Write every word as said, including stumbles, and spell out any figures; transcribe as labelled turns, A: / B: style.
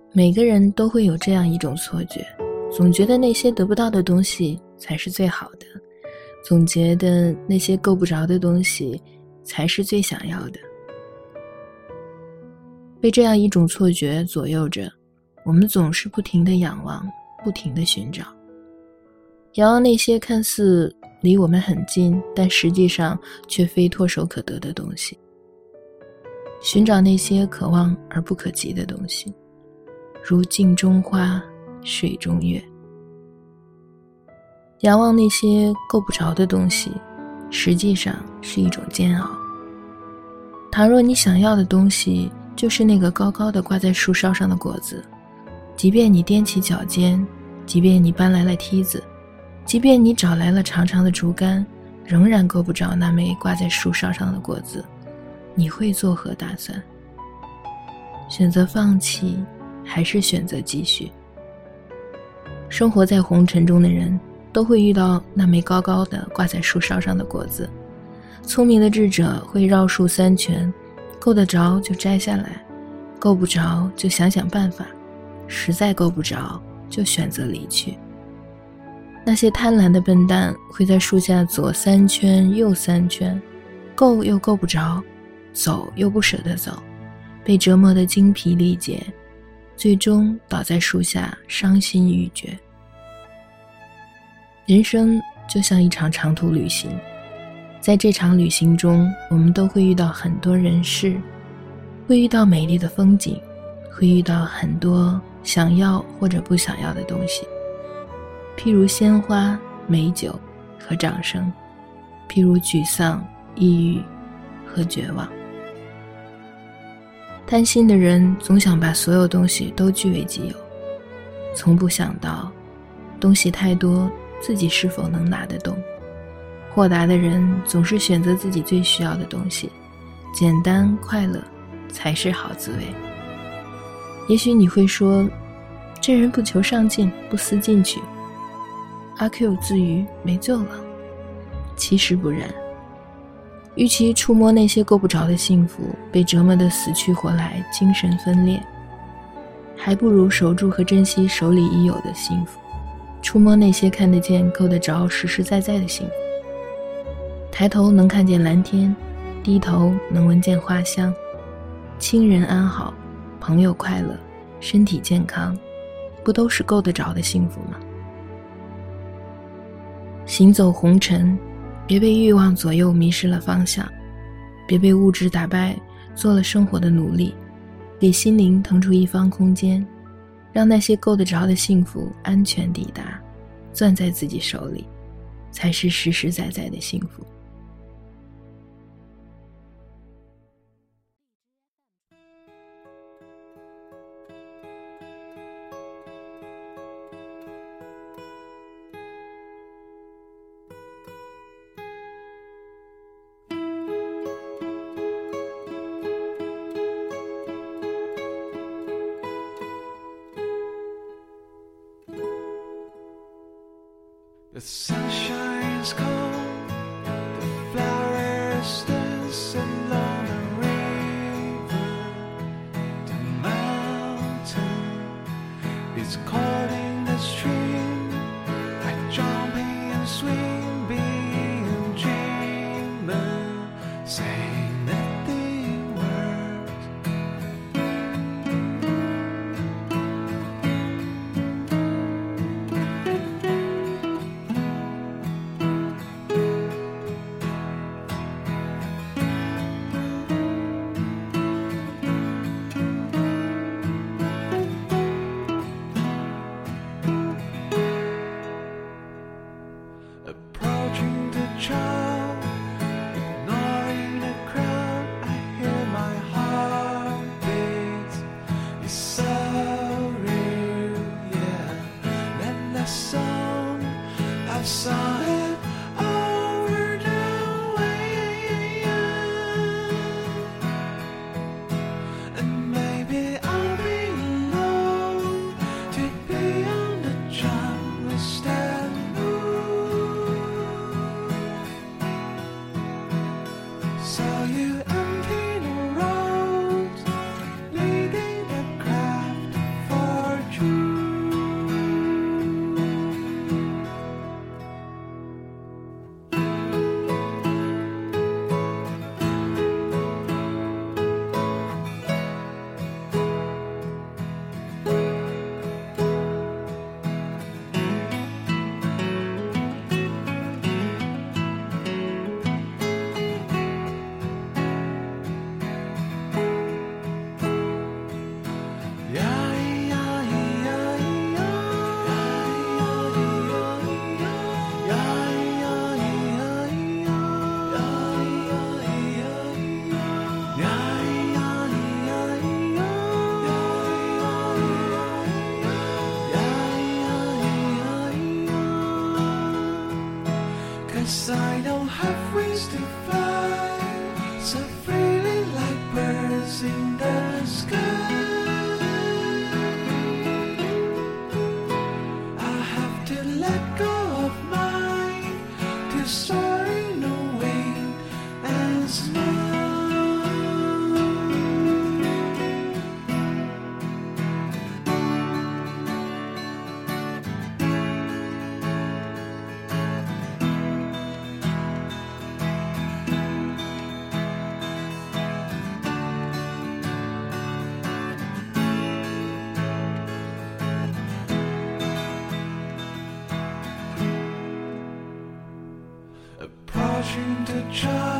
A: 每个人都会有这样一种错觉，总觉得那些得不到的东西才是最好的，总觉得那些够不着的东西才是最想要的。被这样一种错觉左右着，我们总是不停地仰望，不停地寻找，仰望那些看似离我们很近，但实际上却非唾手可得的东西，寻找那些可望而不可及的东西，如镜中花，水中月。仰望那些够不着的东西，实际上是一种煎熬。倘若你想要的东西就是那个高高的挂在树梢上的果子，即便你踮起脚尖，即便你搬来了梯子，即便你找来了长长的竹竿，仍然够不着那枚挂在树梢上的果子，你会作何打算？选择放弃，还是选择继续？生活在红尘中的人都会遇到那枚高高的挂在树梢上的果子，聪明的智者会绕树三圈，够得着就摘下来，够不着就想想办法，实在够不着就选择离去。那些贪婪的笨蛋会在树下左三圈右三圈，够又够不着，走又不舍得走，被折磨得精疲力竭，最终倒在树下伤心欲绝。人生就像一场长途旅行，在这场旅行中，我们都会遇到很多人事，会遇到美丽的风景，会遇到很多想要或者不想要的东西，譬如鲜花、美酒和掌声，譬如沮丧、抑郁和绝望。贪心的人总想把所有东西都据为己有，从不想到东西太多，自己是否能拿得动。豁达的人总是选择自己最需要的东西，简单快乐才是好滋味。也许你会说，这人不求上进，不思进取，阿 Q 自娱没救了。其实不然，与其触摸那些够不着的幸福，被折磨得死去活来，精神分裂，还不如守住和珍惜手里已有的幸福，触摸那些看得见够得着实实在在的幸福。抬头能看见蓝天，低头能闻见花香，亲人安好，朋友快乐，身体健康，不都是够得着的幸福吗？行走红尘，别被欲望左右迷失了方向，别被物质打败，做了生活的奴隶，给心灵腾出一方空间，让那些够得着的幸福安全抵达，攥在自己手里，才是实实在在的幸福。
B: The sunshine is cold, the flowers dance along the river, the mountain is caught in the stream, like jumping and swimming and dreaming, saying nothing words. watching the child